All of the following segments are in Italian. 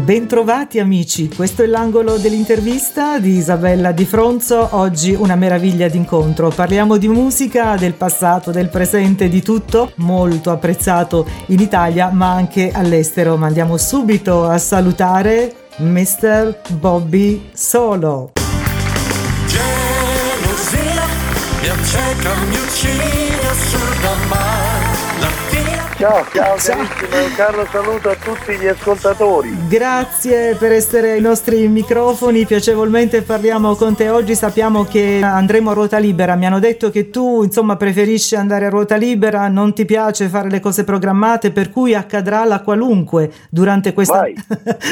Bentrovati amici, questo è l'angolo dell'intervista di Isabella Di Fronzo. Oggi una meraviglia d'incontro, parliamo di musica, del passato, del presente, di tutto, molto apprezzato in Italia ma anche all'estero. Ma andiamo subito a salutare Mr. Bobby Solo. Gelosia mi acceca, mi uccide assolutamente. Ciao carissimo, un caro saluto a tutti gli ascoltatori. Grazie per essere ai nostri microfoni, piacevolmente parliamo con te oggi. Sappiamo che andremo a ruota libera, mi hanno detto che tu insomma preferisci andare a ruota libera, non ti piace fare le cose programmate, per cui accadrà la qualunque durante questa... Vai,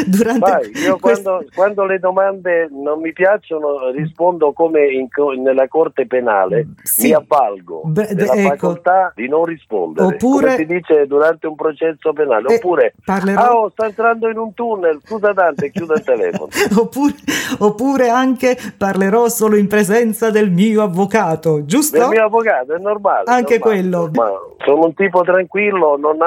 io quando le domande non mi piacciono rispondo come nella corte penale, sì. Mi avvalgo della facoltà di non rispondere, oppure... come si dice durante un processo penale, oppure parlerò... sta entrando in un tunnel, scusa Dante, chiudo il telefono. oppure anche parlerò solo in presenza del mio avvocato, giusto? Del mio avvocato, è normale. Anche normale, quello. Normale. Sono un tipo tranquillo, non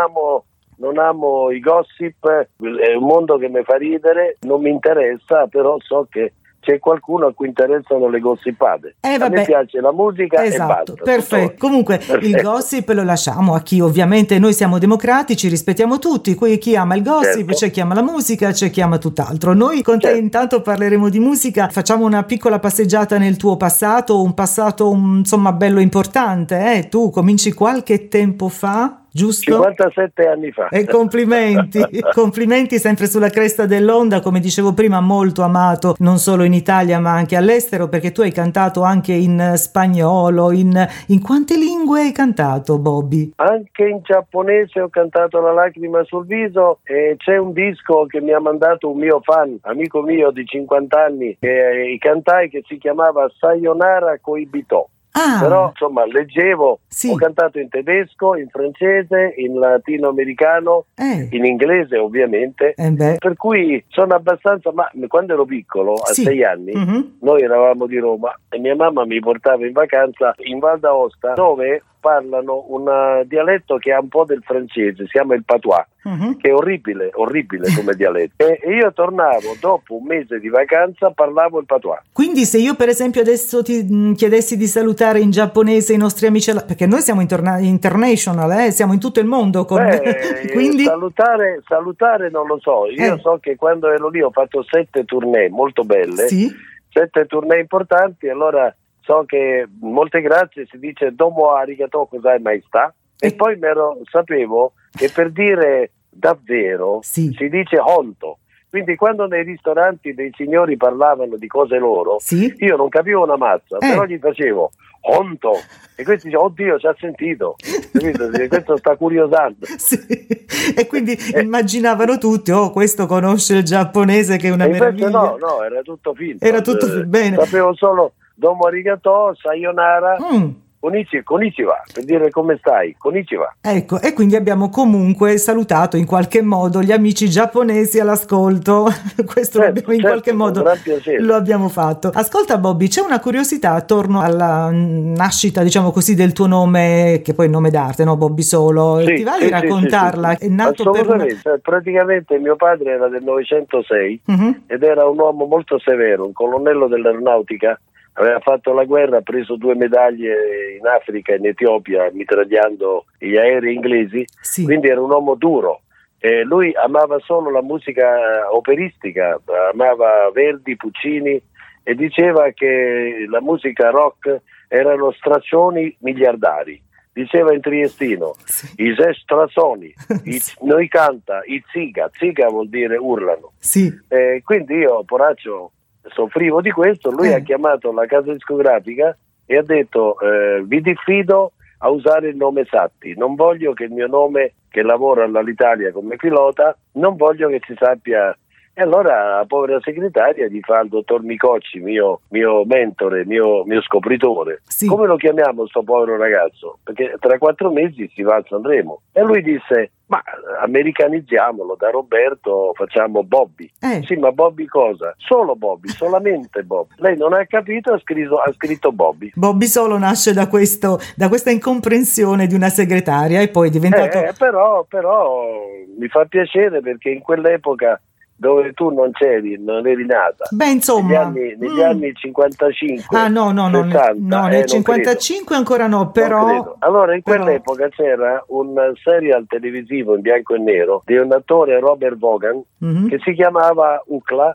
amo i gossip, è un mondo che mi fa ridere, non mi interessa, però so che c'è qualcuno a cui interessano le gossipate. A me piace la musica, esatto, e basta. Perfetto. Comunque il gossip lo lasciamo a chi, ovviamente noi siamo democratici, rispettiamo tutti, chi ama il gossip, certo. C'è chi ama la musica, c'è chi ama tutt'altro. Noi con te intanto parleremo di musica, facciamo una piccola passeggiata nel tuo passato, un passato insomma bello importante, Tu cominci qualche tempo fa, giusto? 57 anni fa. E complimenti sempre sulla cresta dell'onda, come dicevo prima, molto amato non solo in Italia ma anche all'estero, perché tu hai cantato anche in spagnolo, in quante lingue hai cantato, Bobby? Anche in giapponese ho cantato La lacrima sul viso, e c'è un disco che mi ha mandato un mio fan, amico mio di 50 anni, che cantai, che si chiamava Sayonara Koibito. Però insomma leggevo, ho cantato in tedesco, in francese, in latinoamericano, in inglese ovviamente, per cui sono abbastanza, ma quando ero piccolo, a 6 anni, noi eravamo di Roma e mia mamma mi portava in vacanza in Val d'Aosta, dove parlano un dialetto che ha un po' del francese, si chiama il patois, che è orribile come dialetto, e io tornavo dopo un mese di vacanza, parlavo il patois. Quindi se io per esempio adesso ti chiedessi di salutare in giapponese i nostri amici, perché noi siamo international, siamo in tutto il mondo quindi salutare non lo so, io so che quando ero lì ho fatto 7 tournée molto belle, 7 tournée importanti, allora so che molte grazie si dice domo arigato gozai maestà, e poi sapevo che per dire davvero si dice honto. Quindi quando nei ristoranti dei signori parlavano di cose loro, io non capivo una mazza, però gli facevo honto, e questi dicevano oddio, ci ha sentito, questo sta curiosando. E quindi immaginavano tutti, questo conosce il giapponese, che è una meraviglia. No, era tutto finto. Era tutto bene. Sapevo solo domo arigato, sayonara, konnichiwa, per dire come stai, konnichiwa. Ecco, e quindi abbiamo comunque salutato in qualche modo gli amici giapponesi all'ascolto. Questo in qualche modo lo abbiamo fatto. Ascolta Bobby, c'è una curiosità attorno alla nascita, diciamo così, del tuo nome, che poi è il nome d'arte, no? Bobby Solo. Ti va di raccontarla? È nato assolutamente. Praticamente mio padre era del 906 ed era un uomo molto severo, un colonnello dell'aeronautica. Aveva fatto la guerra, ha preso 2 medaglie in Africa e in Etiopia mitragliando gli aerei inglesi, quindi era un uomo duro. Lui amava solo la musica operistica, amava Verdi, Puccini, e diceva che la musica rock erano straccioni miliardari. Diceva in triestino, i strasoni, noi canta, i ziga vuol dire urlano. Quindi io, poraccio, soffrivo di questo. Lui ha chiamato la casa discografica e ha detto vi diffido a usare il nome Satti, non voglio che il mio nome, che lavoro all'Alitalia come pilota, non voglio che si sappia. E allora la povera segretaria gli fa il dottor Micocci, mio mentore, mio scopritore. Come lo chiamiamo sto povero ragazzo? Perché tra 4 mesi si va a Sanremo. E lui disse, ma americanizziamolo, da Roberto facciamo Bobby. Sì, ma Bobby cosa? Solo Bobby, solamente Bobby. Lei non ha capito, ha scritto Bobby. Bobby Solo nasce da questa incomprensione di una segretaria e poi è diventato... Però mi fa piacere, perché in quell'epoca dove tu non eri nata. Beh, insomma, negli anni 55. Ah, no, 60, nel 55 ancora no, però. Allora, in quell'epoca c'era un serial televisivo in bianco e nero di un attore, Robert Vaughan, che si chiamava UCLA,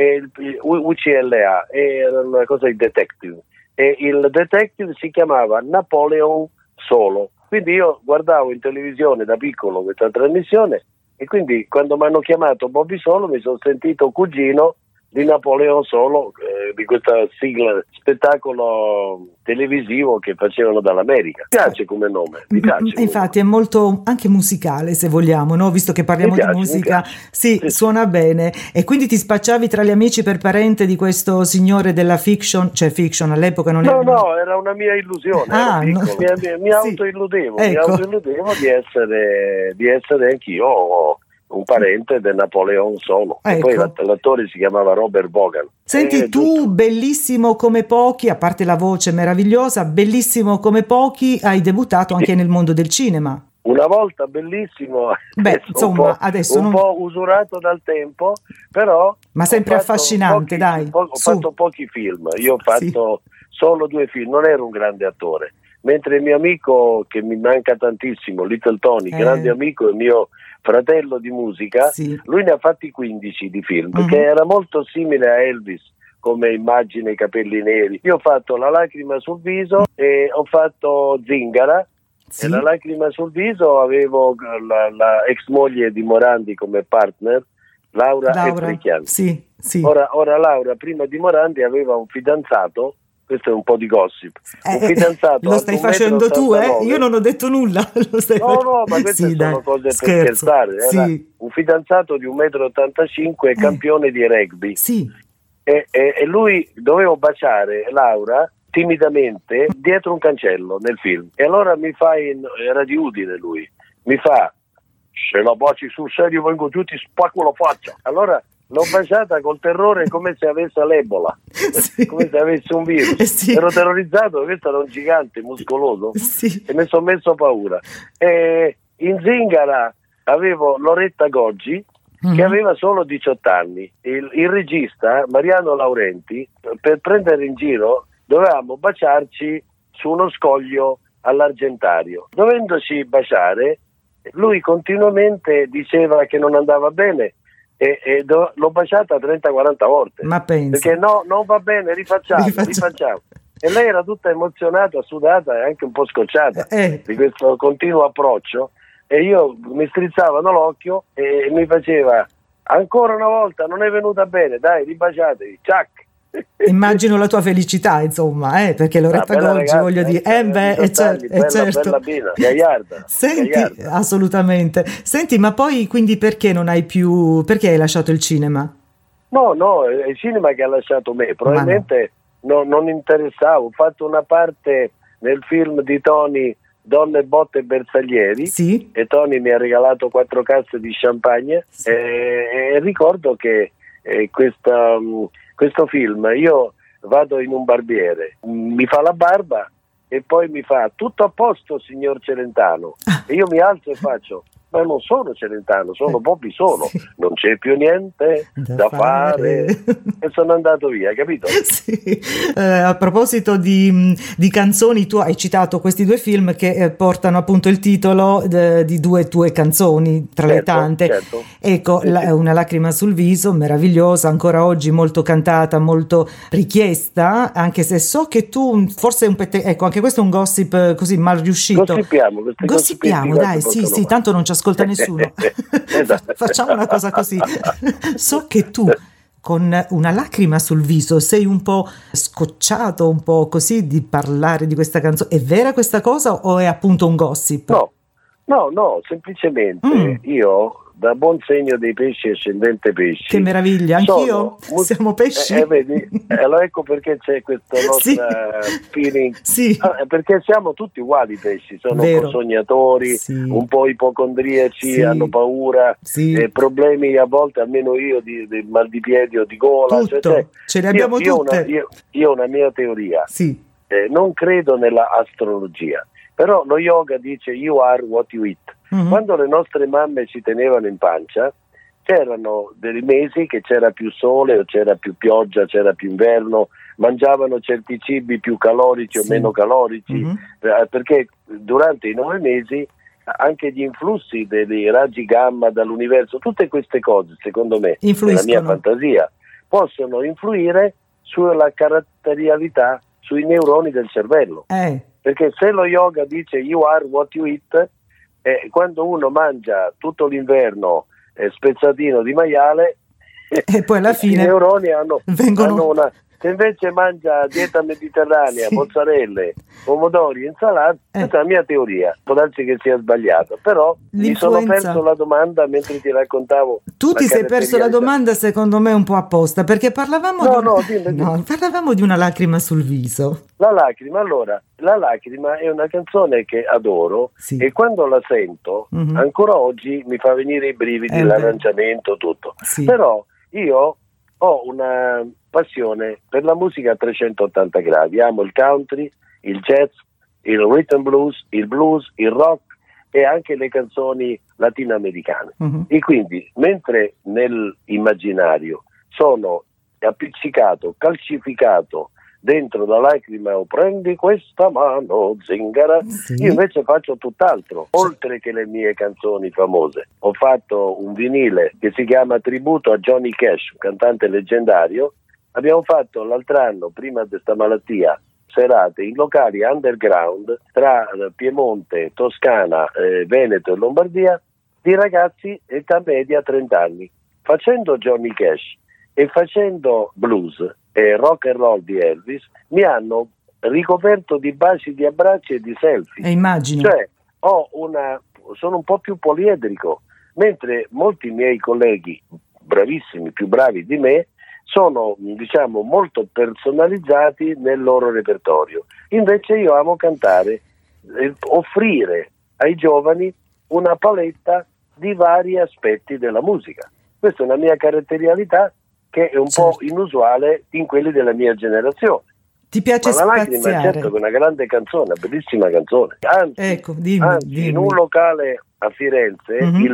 UCLA, era una cosa di detective. E il detective si chiamava Napoleon Solo. Quindi io guardavo in televisione da piccolo questa trasmissione, e quindi quando mi hanno chiamato Bobby Solo mi sono sentito cugino di Napoleon Solo, di questa sigla, spettacolo televisivo che facevano dall'America. Mi piace come nome, mi piace. Infatti è molto anche musicale, se vogliamo, no? Visto che parliamo di musica, sì, suona bene. E quindi ti spacciavi tra gli amici per parente di questo signore della fiction, cioè fiction all'epoca non era... No, era una mia illusione, mi autoilludevo, ecco. di essere anch'io un parente del Napoleon Solo. Ecco. E poi l'attore si chiamava Robert Vaughan. Senti, tu bellissimo come pochi, a parte la voce meravigliosa, bellissimo come pochi, hai debuttato anche nel mondo del cinema. Una volta bellissimo, adesso un po' usurato dal tempo, però... Ma sempre affascinante, dai. Ho fatto pochi film, io ho fatto solo 2 film, non ero un grande attore. Mentre il mio amico, che mi manca tantissimo, Little Tony, grande amico e mio fratello di musica, lui ne ha fatti 15 di film, perché era molto simile a Elvis come immagine, i capelli neri. Io ho fatto La lacrima sul viso e ho fatto Zingara, e La lacrima sul viso avevo la ex moglie di Morandi come partner, Laura Efrichian. Ora Laura, prima di Morandi, aveva un fidanzato. Questo è un po' di gossip. Un fidanzato lo stai facendo tu, Io non ho detto nulla. No, ma queste sono cose per scherzare. Era un fidanzato di 1,85 m, campione di rugby. E lui doveva baciare Laura timidamente dietro un cancello nel film. E allora era di Udine lui, mi fa: se la baci sul serio vengo giù, ti spacco la faccia. Allora l'ho baciata col terrore come se avesse l'Ebola, come se avesse un virus. Ero terrorizzato, questo era un gigante muscoloso e mi sono messo paura. E in Zingara avevo Loretta Goggi, che aveva solo 18 anni. Il regista Mariano Laurenti, per prendere in giro, dovevamo baciarci su uno scoglio all'Argentario. Dovendoci baciare, lui continuamente diceva che non andava bene, e l'ho baciata 30-40 volte. Ma pensa. Perché no, non va bene, rifacciamo. E lei era tutta emozionata, sudata e anche un po' scocciata di questo continuo approccio, e io mi strizzavano l'occhio e mi faceva: ancora una volta, non è venuta bene, dai, ribaciatevi, ciac. Immagino la tua felicità, insomma, perché Loretta Goggi, ragazza, voglio dire, certo. Bella, gaiarda. Senti, assolutamente. Senti, ma poi quindi perché hai lasciato il cinema? No, è il cinema che ha lasciato me, probabilmente non interessavo. Ho fatto una parte nel film di Tony, Donne, Botte e Bersaglieri, e Tony mi ha regalato 4 casse di champagne, e ricordo che questo film, io vado in un barbiere, mi fa la barba e poi mi fa: tutto a posto signor Celentano, e io mi alzo e faccio: ma non sono Celentano, sono Bobby Solo, non c'è più niente da fare. E sono andato via, capito? A proposito di canzoni, tu hai citato questi 2 film che portano appunto il titolo di 2 tue canzoni tra le tante. Ecco, Una lacrima sul viso, meravigliosa, ancora oggi molto cantata, molto richiesta, anche se so che tu forse ecco, anche questo è un gossip così mal riuscito. Gossipiamo, dai, sì, tanto non ci ascolta nessuno. Facciamo una cosa così. So che tu con Una lacrima sul viso sei un po' scocciato, un po' così, di parlare di questa canzone. È vera questa cosa o è appunto un gossip? No, semplicemente io, da buon segno dei pesci ascendente pesci. Che meraviglia, anch'io siamo pesci. Vedi, allora ecco perché c'è questo nostro feeling. Perché siamo tutti uguali, i pesci, sono un po' sognatori, un po' ipocondriaci, hanno paura, problemi a volte, almeno io, di mal di piedi o di gola. Ce le abbiamo tutte. Io ho una mia teoria, non credo nella astrologia, però lo yoga dice: you are what you eat. Quando le nostre mamme ci tenevano in pancia, c'erano dei mesi che c'era più sole o c'era più pioggia, c'era più inverno, mangiavano certi cibi più calorici o meno calorici, perché durante i 9 mesi anche gli influssi dei raggi gamma dall'universo, tutte queste cose, secondo me, nella mia fantasia, possono influire sulla caratterialità, sui neuroni del cervello. Perché se lo yoga dice you are what you eat, quando uno mangia tutto l'inverno spezzatino di maiale, e poi alla fine i neuroni hanno una... Se invece mangia dieta mediterranea, mozzarelle, pomodori, insalata, questa è la mia teoria, può darsi che sia sbagliata, però mi sono perso la domanda mentre ti raccontavo. Tu ti sei perso la domanda, secondo me un po' apposta, perché parlavamo parlavamo di una lacrima sul viso. La lacrima è una canzone che adoro, e quando la sento ancora oggi mi fa venire i brividi, l'arrangiamento, tutto. Però io ho una passione per la musica a 380 gradi, amo il country, il jazz, il rhythm blues, il rock e anche le canzoni latinoamericane. E quindi, mentre nell'immaginario sono appiccicato, calcificato dentro la lacrima o prendi questa mano zingara, io invece faccio tutt'altro, oltre che le mie canzoni famose. Ho fatto un vinile che si chiama Tributo a Johnny Cash, un cantante leggendario. Abbiamo fatto l'altro anno, prima di questa malattia, serate in locali underground tra Piemonte, Toscana, Veneto e Lombardia, di ragazzi età media 30 anni, facendo Johnny Cash e facendo blues e rock and roll di Elvis. Mi hanno ricoperto di baci, di abbracci e di selfie. Immagino. Cioè, sono un po' più poliedrico, mentre molti miei colleghi, bravissimi, più bravi di me, sono, diciamo, molto personalizzati nel loro repertorio. Invece io amo cantare, offrire ai giovani una paletta di vari aspetti della musica. Questa è una mia caratterialità che è un po' inusuale in quelli della mia generazione. Ti piace spaziare? La lacrima, certo, che è una grande canzone, una bellissima canzone. Anzi, dimmi. In un locale a Firenze, il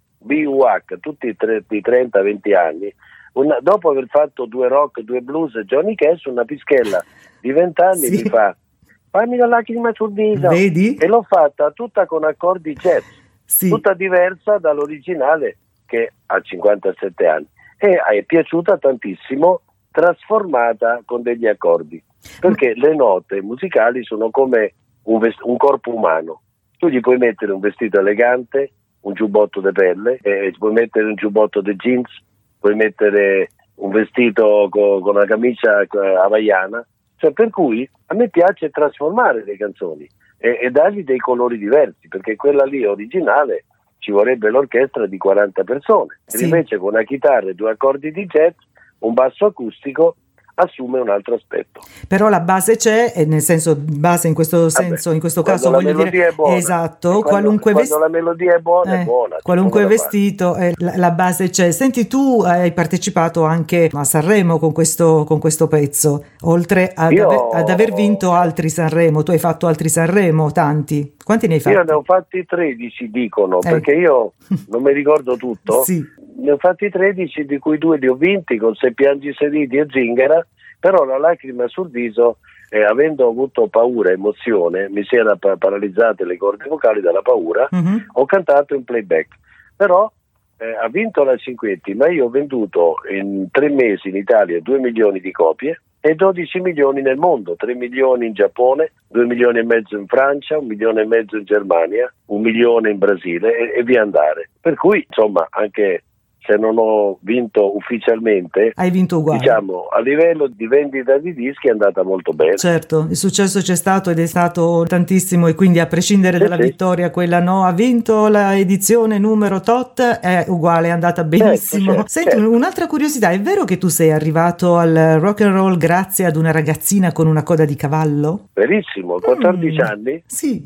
BUH, tutti i 30-20 anni, dopo aver fatto 2 rock, 2 blues e Johnny Cash, una pischella di 20 anni mi fa: fammi la lacrima sul viso. Vedi? E l'ho fatta tutta con accordi jazz, tutta diversa dall'originale che ha 57 anni. E è piaciuta tantissimo, trasformata con degli accordi, perché le note musicali sono come un corpo umano. Tu gli puoi mettere un vestito elegante, un giubbotto di pelle, puoi mettere un giubbotto di jeans, puoi mettere un vestito con una camicia hawaiana, cioè, per cui a me piace trasformare le canzoni e dargli dei colori diversi, perché quella lì originale ci vorrebbe l'orchestra di 40 persone, invece con una chitarra e 2 accordi di jazz, un basso acustico, assume un altro aspetto. Però la base c'è, e nel senso base in questo senso, in questo caso voglio dire, è buona, esatto, quando la melodia è buona è buona. Qualunque vestito, la base c'è. Senti, tu hai partecipato anche a Sanremo con questo pezzo, oltre ad aver vinto altri Sanremo. Tu hai fatto altri Sanremo, tanti. Quanti ne hai fatti? Io ne ho fatti 13, dicono, perché io non mi ricordo tutto. Ne ho fatti 13, di cui 2 li ho vinti con Se piangi se ridi e Zingara, però la lacrima sul viso, avendo avuto paura, emozione, mi si era paralizzate le corde vocali dalla paura, ho cantato in playback. Però ha vinto la Cinquetti, ma io ho venduto in 3 mesi in Italia 2 milioni di copie e 12 milioni nel mondo, 3 milioni in Giappone, 2 milioni e mezzo in Francia, 1 milione e mezzo in Germania, 1 milione in Brasile e via andare. Per cui, insomma, anche se non ho vinto ufficialmente, hai vinto uguale. Diciamo, a livello di vendita di dischi è andata molto bene. Certo, il successo c'è stato ed è stato tantissimo, e quindi a prescindere dalla vittoria, quella ha vinto la edizione numero tot, è uguale, è andata benissimo. Certo. Senti, un'altra curiosità, è vero che tu sei arrivato al rock and roll grazie ad una ragazzina con una coda di cavallo? Verissimo, a 14 anni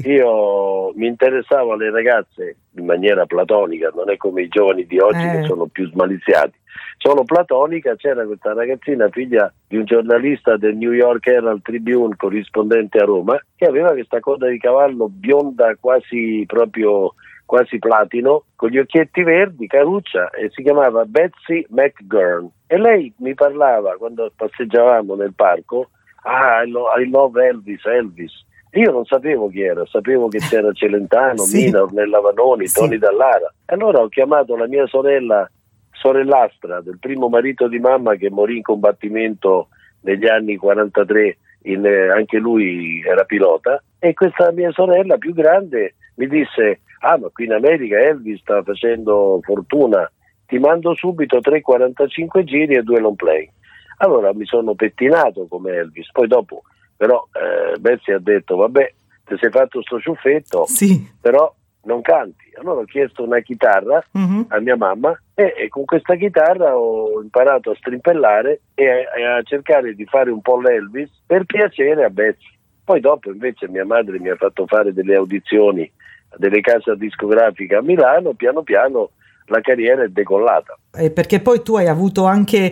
io mi interessavo alle ragazze in maniera platonica, non è come i giovani di oggi che sono più smaliziati. Sono platonica. C'era questa ragazzina, figlia di un giornalista del New York Herald Tribune, corrispondente a Roma, che aveva questa coda di cavallo bionda, quasi proprio quasi platino, con gli occhietti verdi, caruccia, e si chiamava Betsy McGurn. E lei mi parlava, quando passeggiavamo nel parco, I love Elvis. E io non sapevo chi era, sapevo che c'era Celentano, Sì. Mina, Ornella Vanoni, Sì. Toni Dallara. E allora ho chiamato la mia sorellastra del primo marito di mamma, che morì in combattimento negli anni 43, anche lui era pilota, e questa mia sorella più grande mi disse: ma qui in America Elvis sta facendo fortuna, ti mando subito 3,45 giri e 2 long play. Allora mi sono pettinato come Elvis, poi dopo però Betsy ha detto: vabbè, ti sei fatto sto ciuffetto, Sì. però non canti. Allora ho chiesto una chitarra a mia mamma e con questa chitarra ho imparato a strimpellare e a cercare di fare un po' l'Elvis per piacere a Betsy. Poi dopo invece mia madre mi ha fatto fare delle audizioni a delle case discografiche a Milano, piano piano la carriera è decollata. Perché poi tu hai avuto anche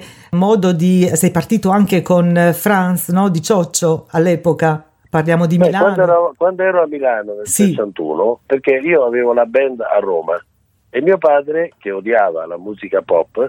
sei partito anche con Franz, no? Di Cioccio all'epoca. Parliamo di Milano. Quando ero a Milano nel Sì. 61, perché io avevo la band a Roma e mio padre, che odiava la musica pop,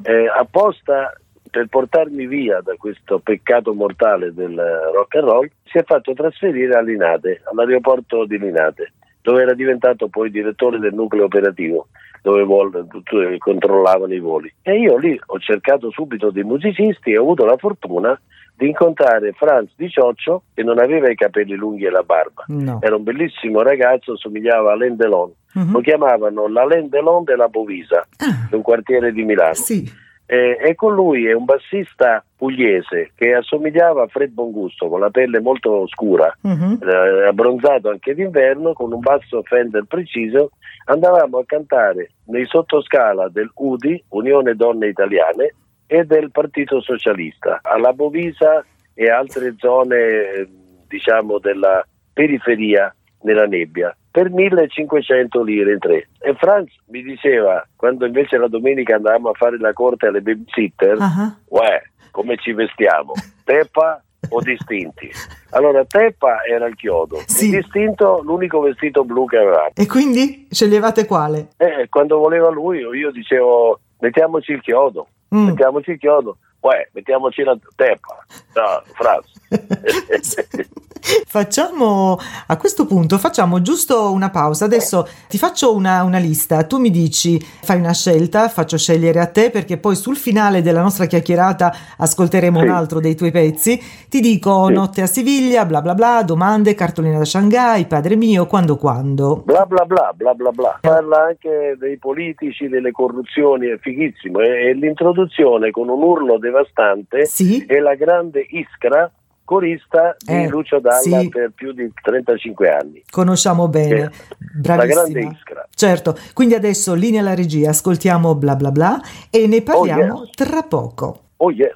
apposta per portarmi via da questo peccato mortale del rock and roll, si è fatto trasferire a Linate, all'aeroporto di Linate, dove era diventato poi direttore del nucleo operativo, dove controllavano i voli. E io lì ho cercato subito dei musicisti e ho avuto la fortuna di incontrare Franz Di Cioccio, che non aveva i capelli lunghi e la barba. No. Era un bellissimo ragazzo, somigliava a Alain Delon. Lo chiamavano l'Alain Delon della Bovisa, di un quartiere di Milano. Sì. E con lui è un bassista pugliese che assomigliava a Fred Bongusto, con la pelle molto scura, abbronzato anche d'inverno, con un basso Fender preciso. Andavamo a cantare nei sottoscala del UDI, Unione Donne Italiane, e del Partito Socialista, alla Bovisa e altre zone, diciamo, della periferia nella nebbia, per 1.500 lire in 3. E Franz mi diceva, quando invece la domenica andavamo a fare la corte alle babysitter, come ci vestiamo? Teppa o distinti? Allora Teppa era il chiodo, Sì. il distinto l'unico vestito blu che avevamo. E quindi sceglievate quale? Quando voleva lui io dicevo: mettiamoci il chiodo. Mettiamoci il chiodo, mettiamoci la Teppa. No, Franz. A questo punto facciamo giusto una pausa. Adesso ti faccio una lista, tu mi dici, fai una scelta, faccio scegliere a te, perché poi sul finale della nostra chiacchierata ascolteremo un altro dei tuoi pezzi. Ti dico Notte a Siviglia, bla bla bla, Domande, Cartolina da Shanghai, Padre mio, Quando bla bla bla bla bla bla. Parla anche dei politici, delle corruzioni, è fighissimo, e l'introduzione con un urlo devastante. Sì. E la grande Iskra, corista di Lucio Dalla, sì. per più di 35 anni. Conosciamo bene, bravissima. La grande Iskra. Certo, quindi adesso linea alla regia, ascoltiamo bla bla bla e ne parliamo tra poco. Oh yeah.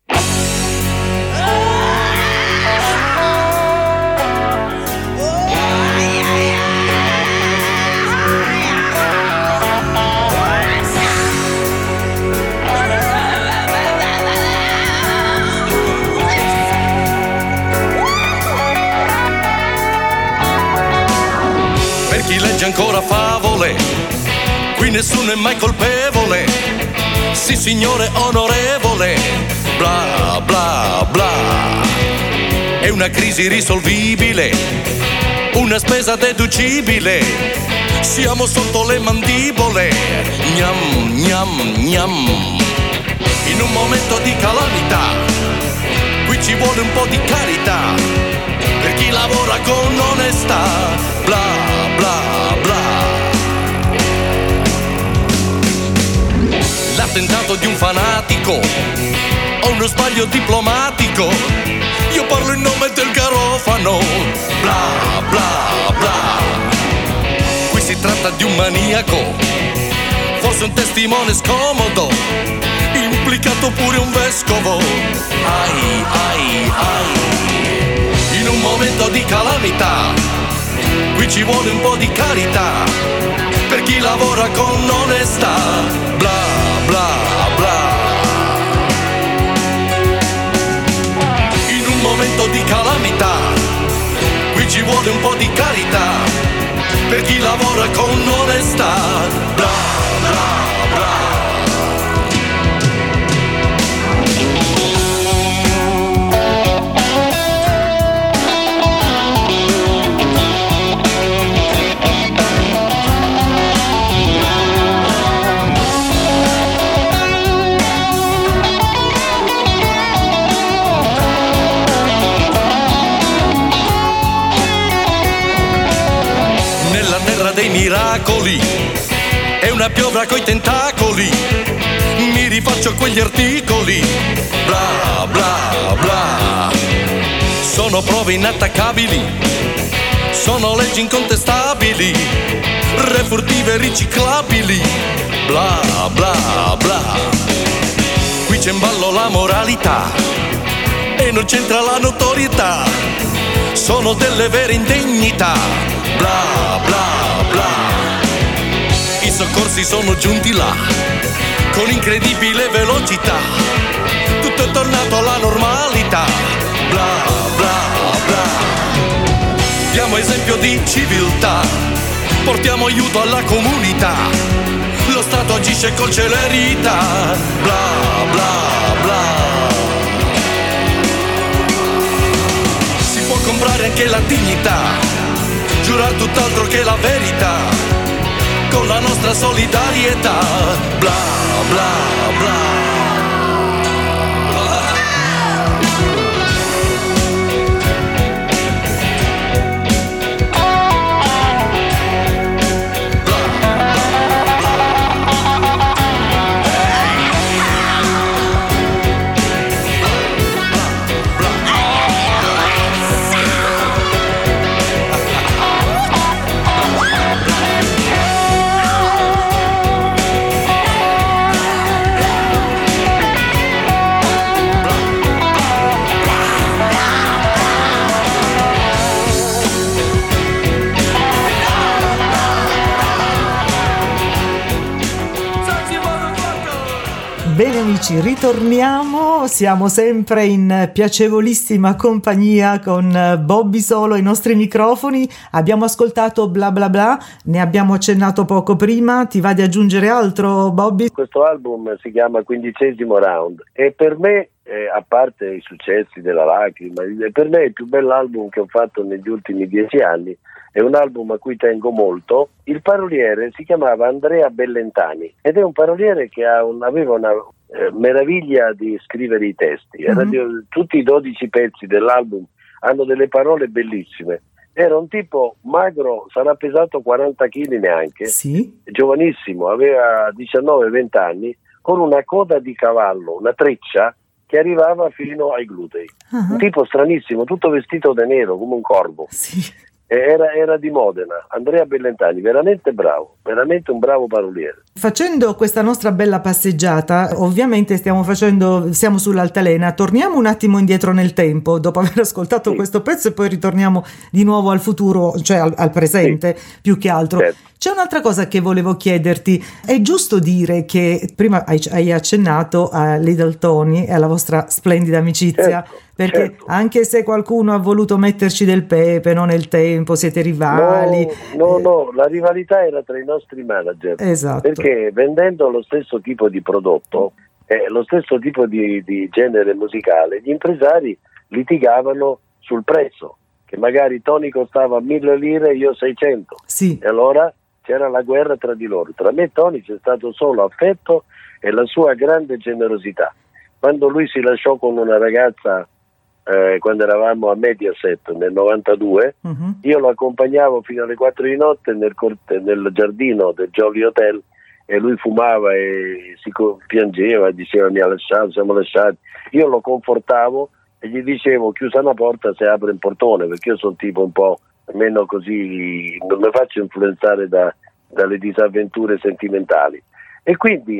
Chi legge ancora favole, qui nessuno è mai colpevole. Sì signore onorevole, bla bla bla. È una crisi risolvibile, una spesa deducibile. Siamo sotto le mandibole, gnam gnam gnam. In un momento di calamità, qui ci vuole un po' di carità, per chi lavora con onestà, bla bla bla. L'attentato di un fanatico o uno sbaglio diplomatico, io parlo in nome del garofano, bla bla bla. Qui si tratta di un maniaco, forse un testimone scomodo, implicato pure un vescovo, ai ai ai. In un momento di calamità, qui ci vuole un po' di carità, per chi lavora con onestà, bla bla bla. In un momento di calamità, qui ci vuole un po' di carità, per chi lavora con onestà, miracoli e una piovra coi tentacoli. Mi rifaccio quegli articoli, bla bla bla. Sono prove inattaccabili, sono leggi incontestabili, re furtive riciclabili, bla bla bla. Qui c'è in ballo la moralità e non c'entra la notorietà, sono delle vere indegnità, bla bla bla. I soccorsi sono giunti là con incredibile velocità, tutto è tornato alla normalità, bla bla bla. Diamo esempio di civiltà, portiamo aiuto alla comunità, lo Stato agisce con celerità, bla bla bla. Si può comprare anche la dignità, giurar tutt'altro che la verità, con la nostra solidarietà, bla bla bla. Bene amici, ritorniamo, siamo sempre in piacevolissima compagnia con Bobby Solo ai nostri microfoni. Abbiamo ascoltato Bla Bla Bla, ne abbiamo accennato poco prima, ti va di aggiungere altro Bobby? Questo album si chiama 15° Round e per me, a parte i successi della Lacrima, per me è il più bell'album che ho fatto negli ultimi 10 anni. È un album a cui tengo molto. Il paroliere si chiamava Andrea Bellentani ed è un paroliere che aveva una meraviglia di scrivere i testi. Tutti i 12 pezzi dell'album hanno delle parole bellissime. Era un tipo magro, sarà pesato 40 kg neanche, sì. Giovanissimo, aveva 19-20 anni, con una coda di cavallo, una treccia che arrivava fino ai glutei. Un tipo stranissimo, tutto vestito di nero come un corvo. Sì. Era di Modena, Andrea Bellentani, veramente bravo, veramente un bravo paroliere. Facendo questa nostra bella passeggiata, ovviamente siamo sull'altalena, torniamo un attimo indietro nel tempo, dopo aver ascoltato questo pezzo e poi ritorniamo di nuovo al futuro, cioè al presente, più che altro. Certo. C'è un'altra cosa che volevo chiederti, è giusto dire che prima hai accennato a Little Tony e alla vostra splendida amicizia, perché anche se qualcuno ha voluto metterci del pepe, no, nel tempo, siete rivali. No, la rivalità era tra i nostri manager, esatto. Perché vendendo lo stesso tipo di prodotto, lo stesso tipo di genere musicale, gli impresari litigavano sul prezzo, che magari Tony costava 1.000 lire, io 600, sì. E allora c'era la guerra tra di loro. Tra me e Tony c'è stato solo affetto e la sua grande generosità. Quando lui si lasciò con una ragazza, quando eravamo a Mediaset nel 92, io lo accompagnavo fino alle 4 di notte nel giardino del Jolly Hotel e lui fumava e si piangeva, diceva mi ha lasciato, siamo lasciati. Io lo confortavo e gli dicevo chiusa una porta se apre il portone, perché io sono tipo un po' meno così, non mi faccio influenzare dalle disavventure sentimentali. E quindi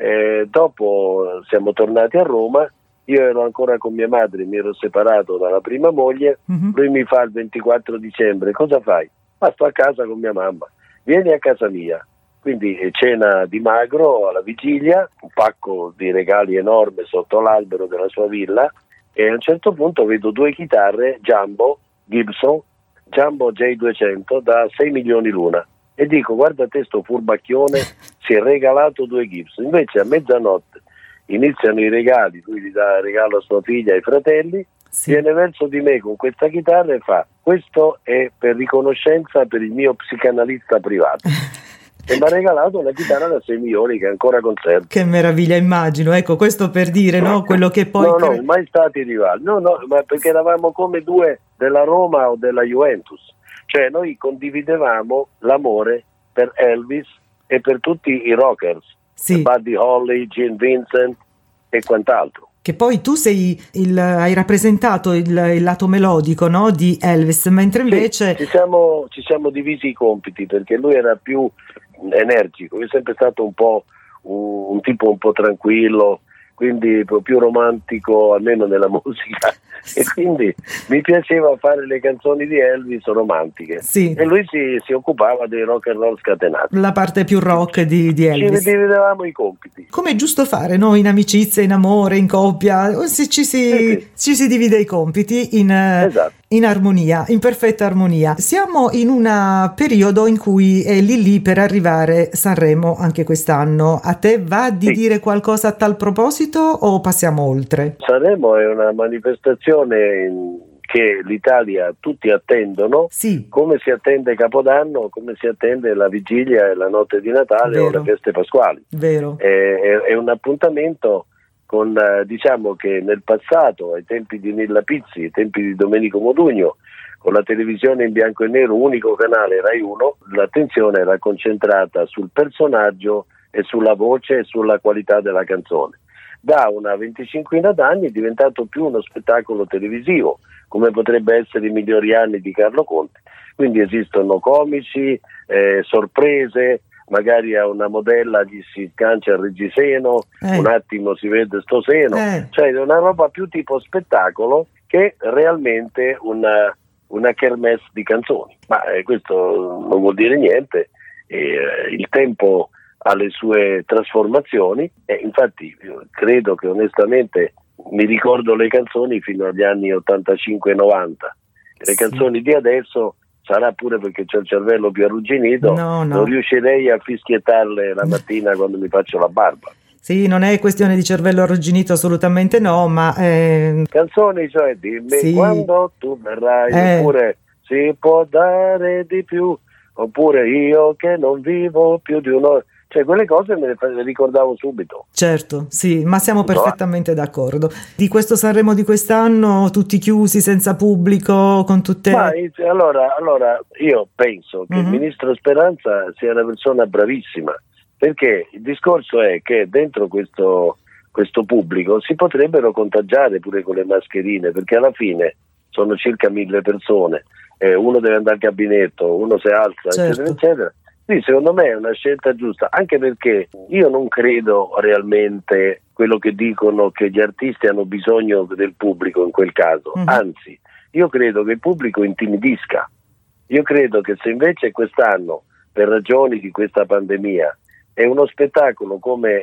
dopo siamo tornati a Roma, io ero ancora con mia madre, mi ero separato dalla prima moglie, lui mi fa il 24 dicembre, cosa fai? Ma sto a casa con mia mamma, vieni a casa mia. Quindi cena di magro alla vigilia, un pacco di regali enorme sotto l'albero della sua villa e a un certo punto vedo 2 chitarre Jumbo Gibson, Jumbo J200 da 6 milioni l'una e dico guarda te sto furbacchione, si è regalato 2 Gibson. Invece a mezzanotte iniziano i regali, lui gli dà regalo a sua figlia e ai fratelli, viene verso di me con questa chitarra e fa questo è per riconoscenza per il mio psicanalista privato. E mi ha regalato una chitarra da 6 milioni che ancora conservo. Che meraviglia, immagino, ecco, questo per dire, no, quello che poi... No, mai stati rivali, no, ma perché eravamo come due della Roma o della Juventus, cioè noi condividevamo l'amore per Elvis e per tutti i rockers, Buddy Holly, Gene Vincent e quant'altro. Che poi tu hai rappresentato il lato melodico, no, di Elvis, mentre invece... Ci siamo divisi i compiti, perché lui era più energico, io è sempre stato un po' un tipo un po' tranquillo, quindi più romantico, almeno nella musica, e quindi mi piaceva fare le canzoni di Elvis romantiche, e lui si occupava dei rock and roll scatenati, la parte più rock di Elvis. Ci dividevamo i compiti, come è giusto fare, no? In amicizia, in amore, in coppia, ci si divide i compiti in armonia, in perfetta armonia. Siamo in un periodo in cui è lì per arrivare Sanremo anche quest'anno. A te va di dire qualcosa a tal proposito o passiamo oltre? Sanremo è una manifestazione che l'Italia tutti attendono, come si attende Capodanno, come si attende la vigilia e la notte di Natale o le feste pasquali. Vero. È un appuntamento con, diciamo che nel passato, ai tempi di Nilla Pizzi, ai tempi di Domenico Modugno, con la televisione in bianco e nero, unico canale Rai 1, l'attenzione era concentrata sul personaggio e sulla voce e sulla qualità della canzone. Da una 25 d'anni è diventato più uno spettacolo televisivo, come potrebbe essere I migliori anni di Carlo Conti. Quindi esistono comici, sorprese, magari a una modella gli si scancia il reggiseno, un attimo si vede sto seno, cioè è una roba più tipo spettacolo che realmente una kermesse di canzoni. Ma questo non vuol dire niente, il tempo ha le sue trasformazioni, e infatti io credo che onestamente mi ricordo le canzoni fino agli anni 85-90, le canzoni di adesso, sarà pure perché c'ho il cervello più arrugginito, non riuscirei a fischiettarle la mattina quando mi faccio la barba. Sì, non è questione di cervello arrugginito, assolutamente no, ma... Canzoni, cioè dimmi quando tu verrai, oppure si può dare di più, oppure io che non vivo più di un'ora. Cioè quelle cose me le ricordavo subito. Certo, sì, ma siamo perfettamente d'accordo. Di questo Sanremo di quest'anno, tutti chiusi, senza pubblico, con tutte... Allora io penso che il ministro Speranza sia una persona bravissima, perché il discorso è che dentro questo pubblico si potrebbero contagiare pure con le mascherine, perché alla fine sono circa 1000 persone, uno deve andare al gabinetto, uno si alza, eccetera, eccetera. Sì, secondo me è una scelta giusta, anche perché io non credo realmente quello che dicono, che gli artisti hanno bisogno del pubblico in quel caso, anzi, io credo che il pubblico intimidisca. Io credo che se invece quest'anno, per ragioni di questa pandemia, è uno spettacolo come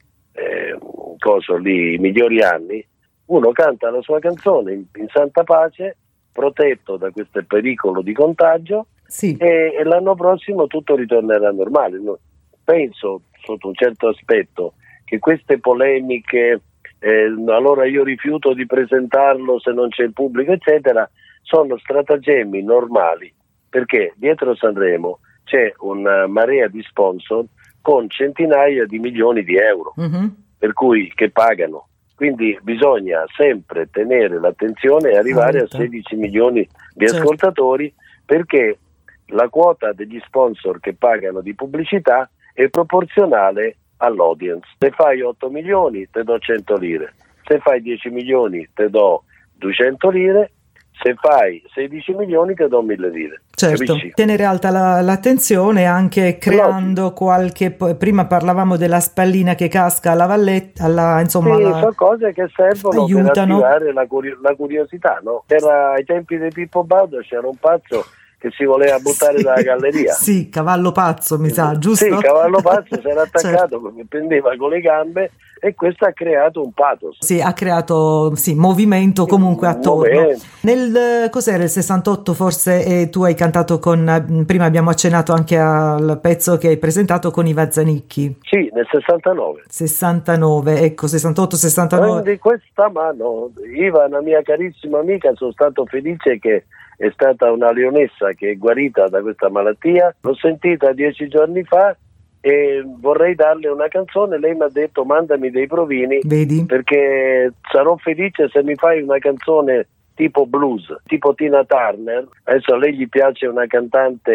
I migliori anni, uno canta la sua canzone in santa pace, protetto da questo pericolo di contagio, e l'anno prossimo tutto ritornerà normale. Penso, sotto un certo aspetto, che queste polemiche, allora io rifiuto di presentarlo se non c'è il pubblico, eccetera, sono stratagemmi normali, perché dietro Sanremo c'è una marea di sponsor con centinaia di milioni di euro, per cui che pagano. Quindi bisogna sempre tenere l'attenzione e arrivare a 16 milioni di ascoltatori, perché la quota degli sponsor che pagano di pubblicità è proporzionale all'audience. Se fai 8 milioni te do 100 lire, se fai 10 milioni te do 200 lire, se fai 16 milioni te do 1000 lire. Certo, capisci? Tenere alta l'attenzione anche creando qualche... Prima parlavamo della spallina che casca alla valletta, insomma... sono cose che servono aiutano. Per attivare la curiosità, no? Ai tempi di Pippo Baudo c'era un pazzo che si voleva buttare dalla galleria. Sì, Cavallo Pazzo, mi sa, giusto? Sì, Cavallo Pazzo si era attaccato, perché prendeva con le gambe, e questo ha creato un pathos. Sì, ha creato movimento comunque attorno. Cos'era il 68 forse, e tu hai cantato prima abbiamo accennato anche al pezzo che hai presentato con Iva Zanicchi. Sì, nel 69. 69, ecco, 68-69. Prendi questa mano, Iva è una mia carissima amica, sono stato felice che è stata una leonessa che è guarita da questa malattia, l'ho sentita 10 giorni fa e vorrei darle una canzone. Lei mi ha detto mandami dei provini. Vedi? Perché sarò felice se mi fai una canzone tipo blues, tipo Tina Turner. Adesso a lei gli piace una cantante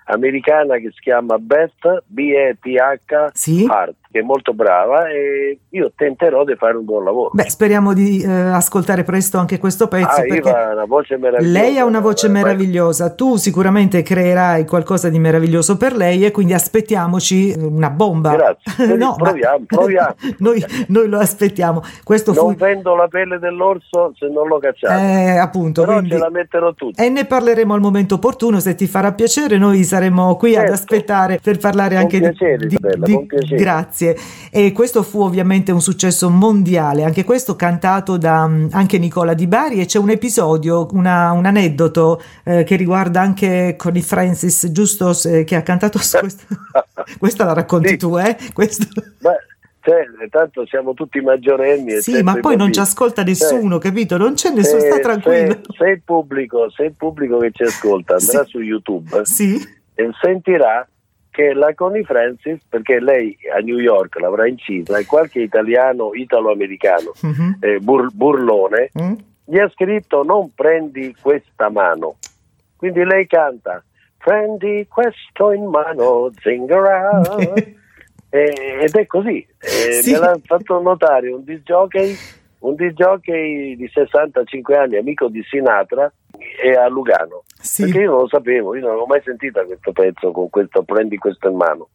americana che si chiama Beth, B-E-T-H, Sì. Hart, che è molto brava, e io tenterò di fare un buon lavoro. Beh, speriamo di ascoltare presto anche questo pezzo, perché Iva ha una voce meravigliosa. lei ha una voce meravigliosa, tu sicuramente creerai qualcosa di meraviglioso per lei e quindi aspettiamoci una bomba. Grazie. No, proviamo. noi lo aspettiamo. Questo Non vendo la pelle dell'orso se non lo cacciate. Appunto, però quindi ce la metterò tutta. e ne parleremo al momento opportuno, se ti farà piacere. Noi saremo qui ad aspettare per parlare anche piacere, Isabella, con piacere. Grazie. E questo fu ovviamente un successo mondiale, anche questo cantato da anche Nicola Di Bari, e c'è un episodio, un aneddoto che riguarda anche Connie Francis, giusto, che ha cantato su questo. Questa la racconti Sì. tu, Questo. Beh, tanto siamo tutti maggiorenni. Sì, ma poi non ci ascolta nessuno, capito? Non c'è nessuno, sta tranquillo. Se il pubblico che ci ascolta andrà su YouTube e sentirà che la Connie Francis, perché lei a New York l'avrà incisa, e qualche italo-americano, burlone, gli ha scritto: non prendi questa mano. Quindi lei canta: prendi questo in mano, zingara. Ed è così. Me l'ha fatto notare un disc jockey di 65 anni, amico di Sinatra, e a Lugano. Perché io non lo sapevo, io non avevo mai sentito questo pezzo con questo prendi questo in mano.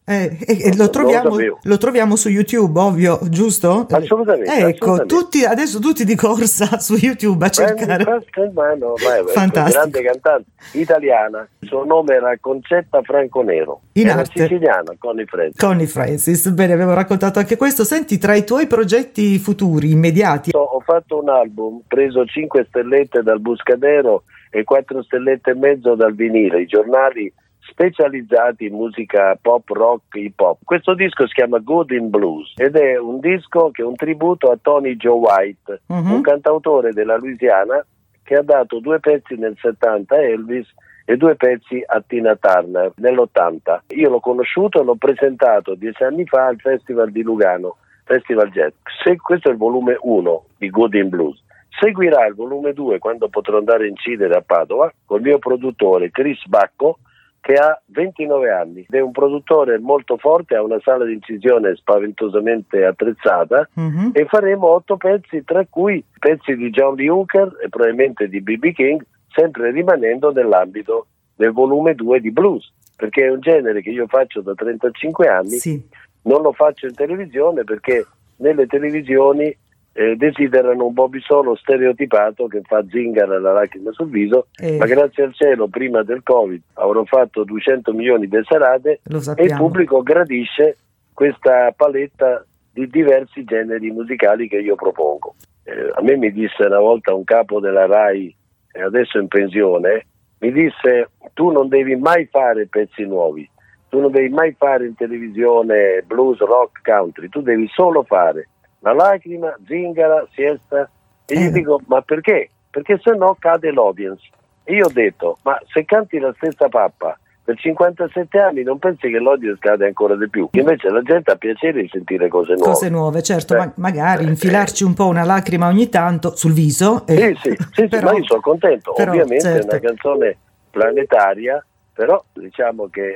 Lo troviamo su YouTube, ovvio, giusto? Assolutamente. Ecco, assolutamente. adesso tutti di corsa su YouTube a cercare. Prendi questo in mano. Fantastico. Grande cantante italiana, il suo nome era Concetta Franconero, era siciliana, Connie Francis. Bene, avevo raccontato anche questo. Senti, tra i tuoi progetti futuri immediati, ho fatto un album, preso 5 stellette dal Buscadero e 4 stellette e mezzo dal Vinile, i giornali specializzati in musica pop, rock, hip hop. Questo disco si chiama Good in Blues ed è un disco che è un tributo a Tony Joe White, un cantautore della Louisiana che ha dato 2 pezzi nel 70 a Elvis e 2 pezzi a Tina Turner nell'80. Io l'ho conosciuto e l'ho presentato 10 anni fa al Festival di Lugano, Festival Jazz. Questo è il volume 1 di Good in Blues. Seguirà il volume 2 quando potrò andare a incidere a Padova col mio produttore Chris Bacco, che ha 29 anni ed è un produttore molto forte, ha una sala di incisione spaventosamente attrezzata, e faremo 8 pezzi, tra cui pezzi di John Lee Hooker e probabilmente di B.B. King, sempre rimanendo nell'ambito del volume 2 di blues, perché è un genere che io faccio da 35 anni. Non lo faccio in televisione perché nelle televisioni desiderano un Bobby Solo stereotipato che fa zingara la lacrima sul viso, ma grazie al cielo prima del Covid avrò fatto 200 milioni di serate e il pubblico gradisce questa paletta di diversi generi musicali che io propongo. A me mi disse una volta un capo della RAI, adesso in pensione, mi disse: tu non devi mai fare pezzi nuovi, tu non devi mai fare in televisione blues, rock, country, tu devi solo fare la lacrima, zingara, siesta. E gli dico: ma perché? Perché se no cade l'audience. E io ho detto: ma se canti la stessa pappa per 57 anni non pensi che l'audience cade ancora di più? Invece la gente ha piacere di sentire cose nuove. Cose nuove, certo, magari infilarci un po' una lacrima ogni tanto sul viso. Sì, però, ma io sono contento. Ovviamente è una canzone planetaria, però diciamo che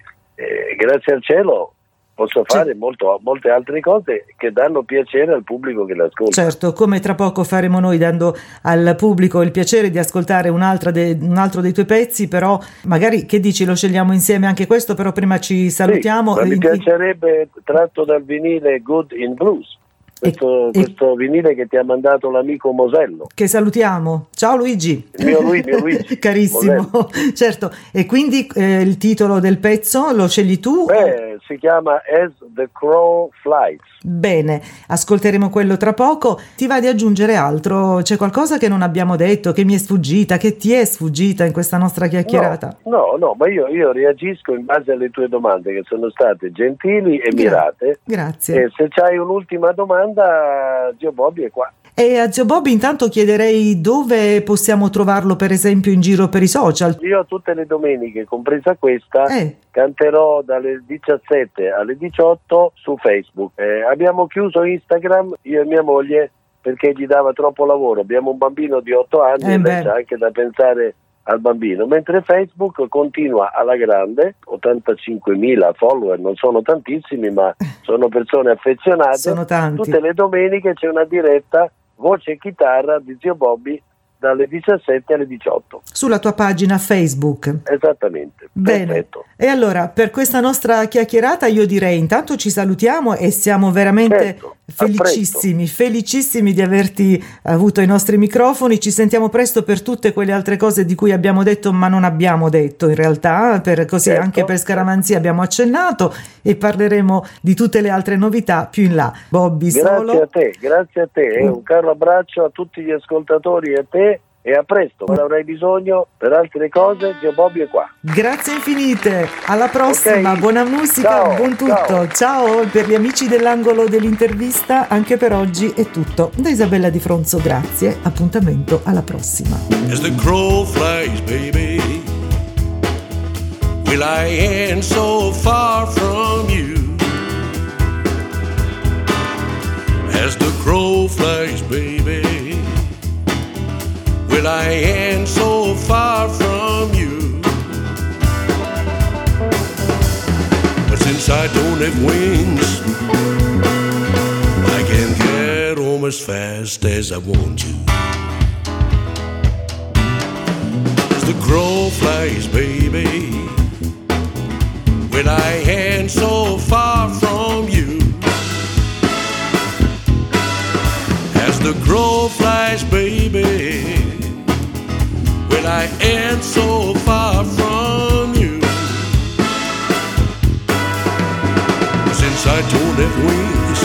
grazie al cielo posso fare molte altre cose che danno piacere al pubblico che l'ascolta. Certo, come tra poco faremo noi, dando al pubblico il piacere di ascoltare un altro dei tuoi pezzi, però magari, che dici, lo scegliamo insieme anche questo, però prima ci salutiamo. Mi piacerebbe, tratto dal vinile Good in Blues, questo vinile che ti ha mandato l'amico Mosello, che salutiamo. Ciao Luigi. Mio Luigi carissimo. Mosello. Certo, e quindi il titolo del pezzo lo scegli tu? Si chiama As the Crow Flies. Bene, ascolteremo quello tra poco. Ti va di aggiungere altro? C'è qualcosa che non abbiamo detto, che mi è sfuggita, che ti è sfuggita in questa nostra chiacchierata? No, ma io reagisco in base alle tue domande, che sono state gentili e mirate. Grazie. E se c'hai un'ultima domanda, Zio Bobby è qua. E a Zio Bobby intanto chiederei dove possiamo trovarlo, per esempio in giro per i social. Io tutte le domeniche, compresa questa, canterò dalle 17 alle 18 su Facebook. Abbiamo chiuso Instagram, io e mia moglie, perché gli dava troppo lavoro. Abbiamo un bambino di 8 anni e c'è anche da pensare al bambino, mentre Facebook continua alla grande, 85.000 follower, non sono tantissimi, ma sono persone affezionate. Sono tanti. Tutte le domeniche c'è una diretta voce e chitarra di Zio Bobby dalle 17 alle 18. Sulla tua pagina Facebook. Esattamente. Bene. Perfetto. E allora, per questa nostra chiacchierata io direi intanto ci salutiamo e siamo veramente felicissimi di averti avuto ai nostri microfoni. Ci sentiamo presto per tutte quelle altre cose di cui abbiamo detto ma non abbiamo detto in realtà, anche per Scaramanzia abbiamo accennato, e parleremo di tutte le altre novità più in là. Bobby, grazie a te, un caro abbraccio a tutti gli ascoltatori e a te. E a presto, quando avrai bisogno per altre cose, Zio Bobby è qua. Grazie infinite, alla prossima, Okay. Buona musica, Ciao, buon tutto. Ciao. Per gli amici dell'angolo dell'intervista, anche per oggi è tutto. Da Isabella Di Fronzo, grazie, appuntamento alla prossima. As the crow flies, baby, will I end so far from you? As the crow flies, baby, will I end so far from you? But since I don't have wings, I can't get home as fast as I want to. As the crow flies, baby, will I end so far from you? As the crow flies, baby, will I end so far from you? Since I don't have wings,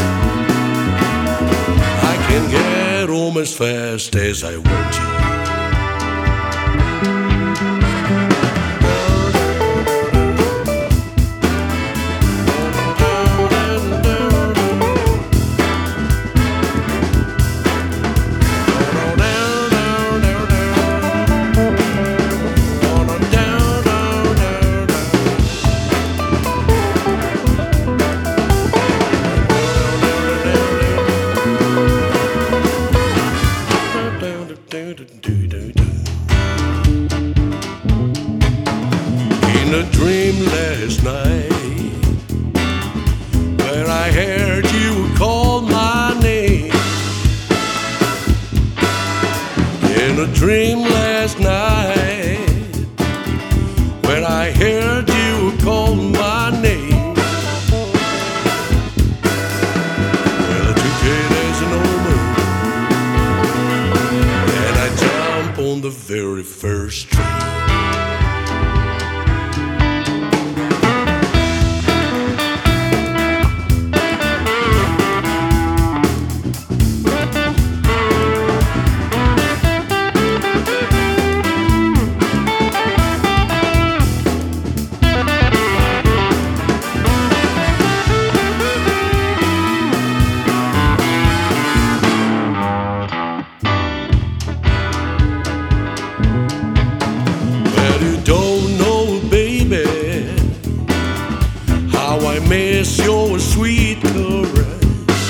I can get home as fast as I want to. In a dream last night, where I heard you call my name. In a dream last night, where I heard you call my name. Well, I took it as an omen, and I jumped on the very first train. Miss your sweet caress.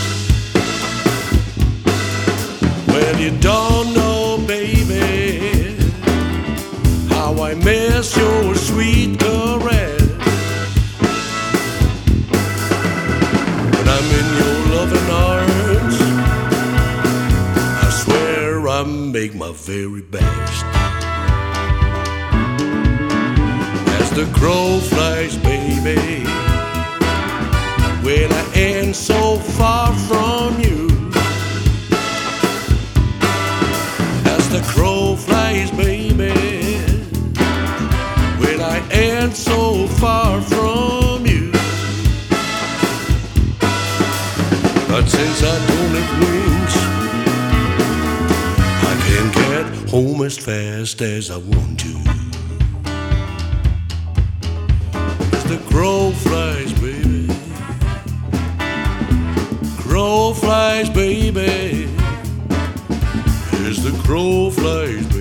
Well, you don't know, baby, how I miss your sweet caress. When I'm in your loving arms, I swear I make my very best. As the crow flies, baby, will I end so far from you? As the crow flies, baby, will I end so far from you? But since I don't have wings, I can't get home as fast as I want to. As the crow flies, baby, crow flies, baby, as the crow flies, baby.